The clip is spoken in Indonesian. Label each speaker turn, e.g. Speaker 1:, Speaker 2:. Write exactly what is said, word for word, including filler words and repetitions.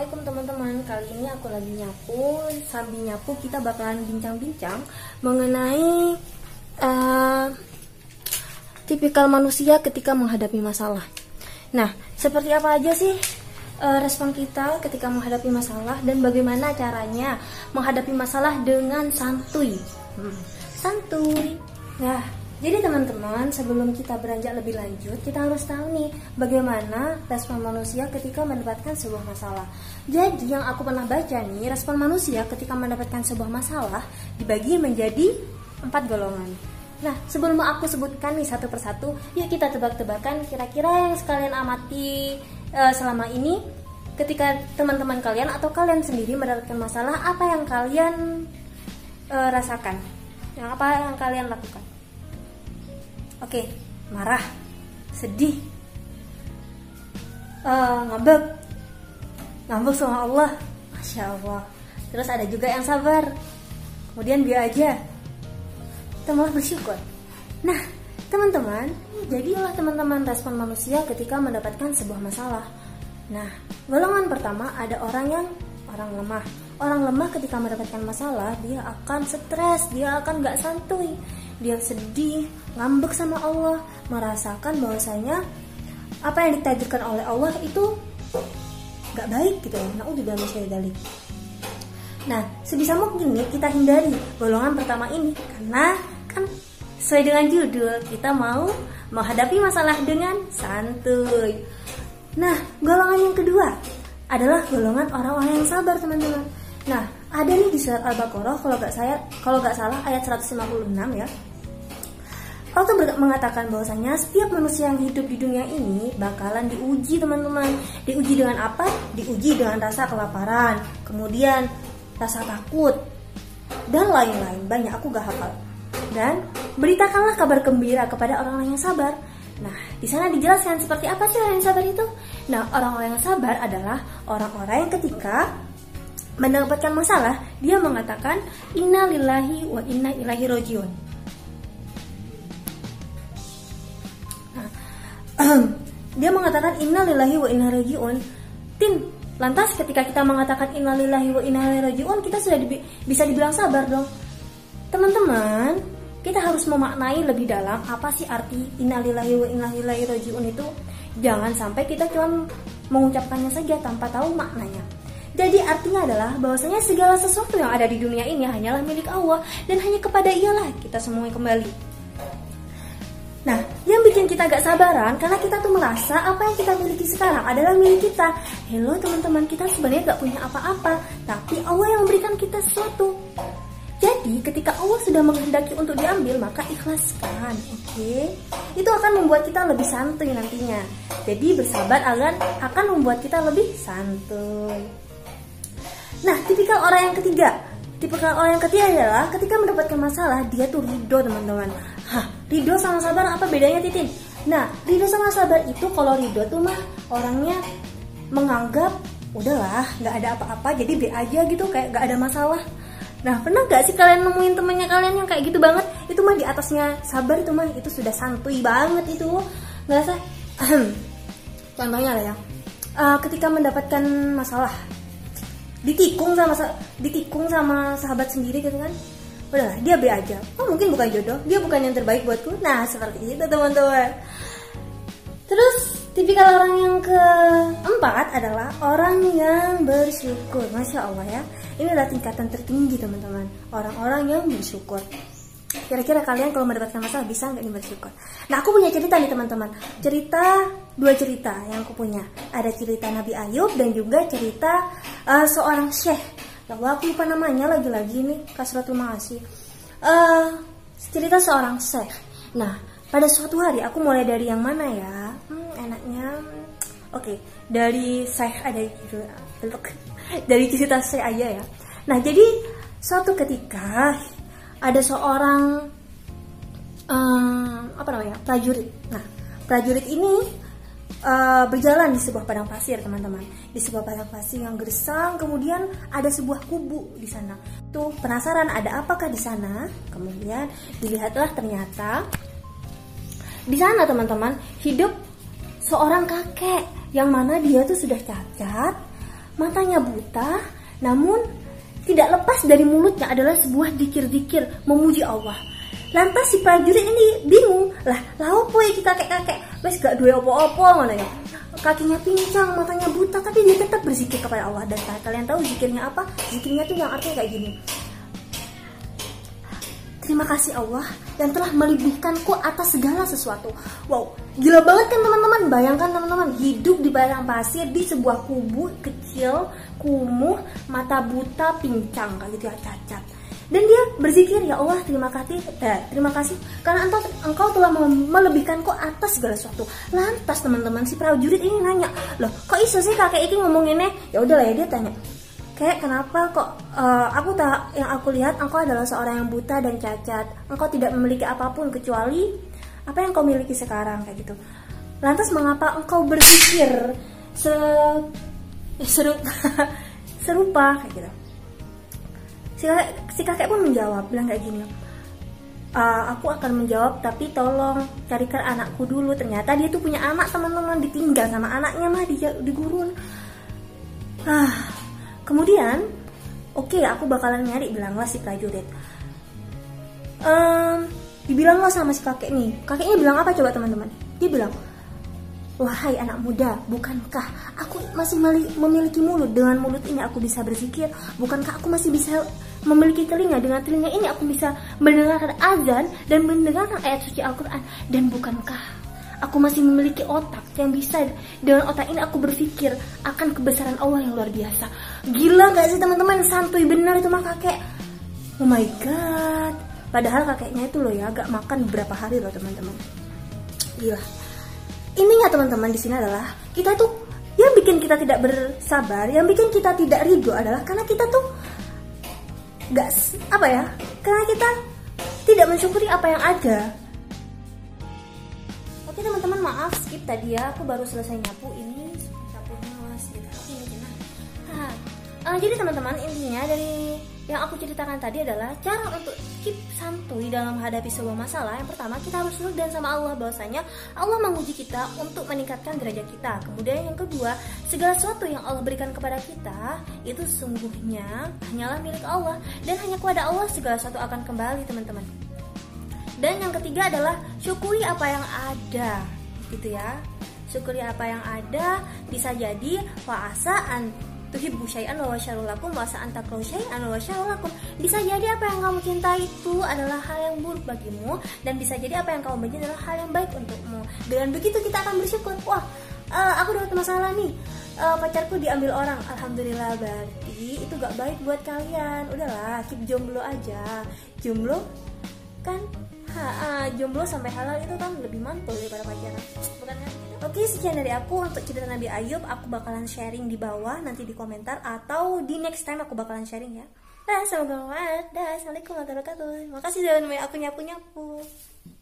Speaker 1: Assalamualaikum teman-teman. Kali ini aku lagi nyapu. Sambil nyapu kita bakalan bincang-bincang mengenai uh, tipikal manusia ketika menghadapi masalah. Nah, seperti apa aja sih uh, respon kita ketika menghadapi masalah dan bagaimana caranya menghadapi masalah dengan santuy. Hmm, santuy. Nah, jadi teman-teman, sebelum kita beranjak lebih lanjut, kita harus tahu nih bagaimana respon manusia ketika mendapatkan sebuah masalah. Jadi yang aku pernah baca nih, respon manusia ketika mendapatkan sebuah masalah dibagi menjadi empat golongan. Nah, sebelum aku sebutkan nih satu persatu, yuk kita tebak-tebakan kira-kira yang sekalian amati uh, selama ini ketika teman-teman kalian atau kalian sendiri mendapatkan masalah, apa yang kalian uh, rasakan? Yang apa yang kalian lakukan? Oke, marah, sedih, uh, ngambek, ngambek sama Allah, Masya Allah. Terus ada juga yang sabar, kemudian dia aja, kita malah bersyukur. Nah, teman-teman, jadilah teman-teman respon manusia ketika mendapatkan sebuah masalah. Nah, golongan pertama ada orang yang orang lemah. Orang lemah ketika mendapatkan masalah, dia akan stres, dia akan gak santuy, dia sedih, ngambek sama Allah, merasakan bahwasanya apa yang ditakdirkan oleh Allah itu gak baik gitu ya. Na'udzubillah min syaitonir rajim. Nah, sebisa mungkin nih kita hindari golongan pertama ini, karena kan sesuai dengan judul, kita mau menghadapi masalah dengan santuy. Nah, golongan yang kedua adalah golongan orang-orang yang sabar, teman-teman. Nah, ada nih di surat Al-Baqarah kalau gak saya kalau gak salah ayat seratus lima puluh enam ya. Allah tuh mengatakan bahwasanya setiap manusia yang hidup di dunia ini bakalan diuji, teman-teman. Diuji dengan apa? Diuji dengan rasa kelaparan, kemudian rasa takut, dan lain-lain. Banyak, aku gak hafal. Dan beritakanlah kabar gembira kepada orang-orang yang sabar. Nah, di sana dijelaskan seperti apa sih orang yang sabar itu. Nah, orang-orang yang sabar adalah orang-orang yang ketika mendapatkan masalah, dia mengatakan inna lillahi wa inna ilaihi rajiun. Nah, dia mengatakan inna lillahi wa inna ilaihi rajiun. Tin, lantas ketika kita mengatakan inna lillahi wa inna ilaihi rajiun, kita sudah di, bisa dibilang sabar dong. Teman-teman, kita harus memaknai lebih dalam apa sih arti inna lillahi wa inna ilaihi rajiun itu. Jangan sampai kita cuma mengucapkannya saja tanpa tahu maknanya. Jadi artinya adalah bahwasanya segala sesuatu yang ada di dunia ini hanyalah milik Allah dan hanya kepada Ialah kita semua kembali. Nah, yang bikin kita gak sabaran karena kita tuh merasa apa yang kita miliki sekarang adalah milik kita. Hello teman-teman, kita sebenarnya gak punya apa-apa, tapi Allah yang memberikan kita sesuatu. Jadi ketika Allah sudah menghendaki untuk diambil, maka ikhlaskan, oke? Okay? Itu akan membuat kita lebih santuy nantinya. Jadi bersabar agar akan membuat kita lebih santuy. Nah, tipikal orang yang ketiga, tipikal orang yang ketiga adalah ketika mendapatkan masalah, dia tuh ridho, teman-teman. Hah, ridho sama sabar apa bedanya, Titin? Nah, ridho sama sabar itu kalau ridho tuh mah orangnya menganggap udahlah, nggak ada apa-apa, jadi be aja gitu, kayak nggak ada masalah. Nah, pernah gak sih kalian nemuin temennya kalian yang kayak gitu banget? Itu mah di atasnya sabar, itu mah itu sudah santuy banget itu. Nggak sih? Contohnya lah ya, uh, ketika mendapatkan masalah, ditikung sama ditikung sama sahabat sendiri gitu kan, udahlah dia be aja. Oh mungkin bukan jodoh, dia bukan yang terbaik buatku. Nah seperti itu teman-teman. Terus tipikal orang yang keempat adalah orang yang bersyukur. Masya Allah ya, ini adalah tingkatan tertinggi teman-teman, orang-orang yang bersyukur. Kira-kira kalian kalau mendapatkan masalah bisa nggak nih bersyukur? Nah, aku punya cerita nih teman-teman. Cerita, dua cerita yang aku punya. Ada cerita Nabi Ayub dan juga cerita uh, seorang syekh. Ya Allah, aku lupa namanya lagi-lagi nih, kasratul ma'asi. Uh, cerita seorang syekh. Nah, pada suatu hari, aku mulai dari yang mana ya? Hmm, enaknya, oke, okay. Dari syekh ada gitu. Dari cerita syekh aja ya. Nah, jadi suatu ketika ada seorang um, apa namanya prajurit. Nah, prajurit ini uh, berjalan di sebuah padang pasir, teman-teman. Di sebuah padang pasir yang gersang, kemudian ada sebuah kubu di sana. Tuh penasaran ada apakah di sana? Kemudian dilihatlah ternyata di sana, teman-teman, hidup seorang kakek yang mana dia tuh sudah cacat, matanya buta, namun tidak lepas dari mulutnya adalah sebuah zikir-zikir memuji Allah. Lantas si prajurit ini bingung, lah lah opo iki kakek-kakek wis gak duwe opo-opo ngono ya. Kakinya pincang, matanya buta, tapi dia tetap berzikir kepada Allah. Dan kalian tahu zikirnya apa? Zikirnya tuh yang artinya kayak gini. Terima kasih Allah yang telah melebihkanku atas segala sesuatu. Wow, gila banget kan teman-teman. Bayangkan teman-teman, hidup di padang pasir di sebuah kubu kecil, kumuh, mata buta, pincang kayak gitu ya, cacat. Dan dia berzikir, ya Allah terima kasih, eh, terima kasih karena engkau, engkau telah melebihkanku atas segala sesuatu. Lantas teman-teman, si prajurit ini nanya, loh kok iso sih kakek ini ngomonginnya? Ya udahlah ya, dia tanya, kayak kenapa kok uh, aku tak, yang aku lihat engkau adalah seorang yang buta dan cacat. Engkau tidak memiliki apapun kecuali apa yang kau miliki sekarang kayak gitu. Lantas mengapa engkau berzikir se serupa, serupa kayak gitu? Si kakek, si kakek pun menjawab, bilang kayak gini, e, aku akan menjawab tapi tolong carikan anakku dulu. Ternyata dia tuh punya anak teman-teman, ditinggal sama anaknya mah di, di gurun. Ah, kemudian, oke okay, aku bakalan nyari, bilanglah si prajurit. Um, dibilanglah sama si kakek nih, kakeknya bilang apa coba teman-teman? Dia bilang, wahai anak muda, bukankah aku masih memiliki mulut? Dengan mulut ini aku bisa berzikir. Bukankah aku masih bisa memiliki telinga? Dengan telinga ini aku bisa mendengarkan azan dan mendengarkan ayat suci Al-Quran. Dan bukankah aku masih memiliki otak yang bisa, dengan otak ini aku berpikir akan kebesaran Allah yang luar biasa. Gila gak sih teman-teman? Santuy benar itu mah kakek. Oh my god. Padahal kakeknya itu loh ya gak makan beberapa hari loh teman-teman. Gila. Intinya teman-teman di sini adalah kita tuh yang bikin kita tidak bersabar, yang bikin kita tidak ridho adalah karena kita tuh nggak apa ya, karena kita tidak mensyukuri apa yang ada. Oke teman-teman, maaf skip tadi ya, aku baru selesai nyapu ini sapunya mas gitu. Nah, uh, jadi teman-teman intinya dari yang aku ceritakan tadi adalah cara untuk keep santuy dalam menghadapi sebuah masalah. Yang pertama, kita harus nurut dan sama Allah, bahwasanya Allah menguji kita untuk meningkatkan derajat kita. Kemudian yang kedua, segala sesuatu yang Allah berikan kepada kita itu sesungguhnya hanyalah milik Allah, dan hanya kepada Allah segala sesuatu akan kembali teman-teman. Dan yang ketiga adalah syukuri apa yang ada, gitu ya. Syukuri apa yang ada, bisa jadi wa'asaan tuhibbu syai'an wa syarrul lakum wa sa'an takrahu syai'an wa syarrul lakum. Bisa jadi apa yang kamu cintai itu adalah hal yang buruk bagimu, dan bisa jadi apa yang kamu benci adalah hal yang baik untukmu. Dengan begitu kita akan bersyukur. Wah, uh, aku dapat masalah nih, uh, pacarku diambil orang. Alhamdulillah, berarti itu gak baik buat kalian. Udahlah, keep jomblo aja. Jomblo kan, ha, uh, jomblo sampai halal itu kan lebih mantul daripada pacaran, bukan kan? Oke, sekian dari aku untuk cerita Nabi Ayub. Aku bakalan sharing di bawah nanti di komentar, atau di next time aku bakalan sharing ya. Dah, semoga bermanfaat. Dah, assalamualaikum warahmatullahi wabarakatuh. Makasih sudah nemenin aku nyapu-nyapu.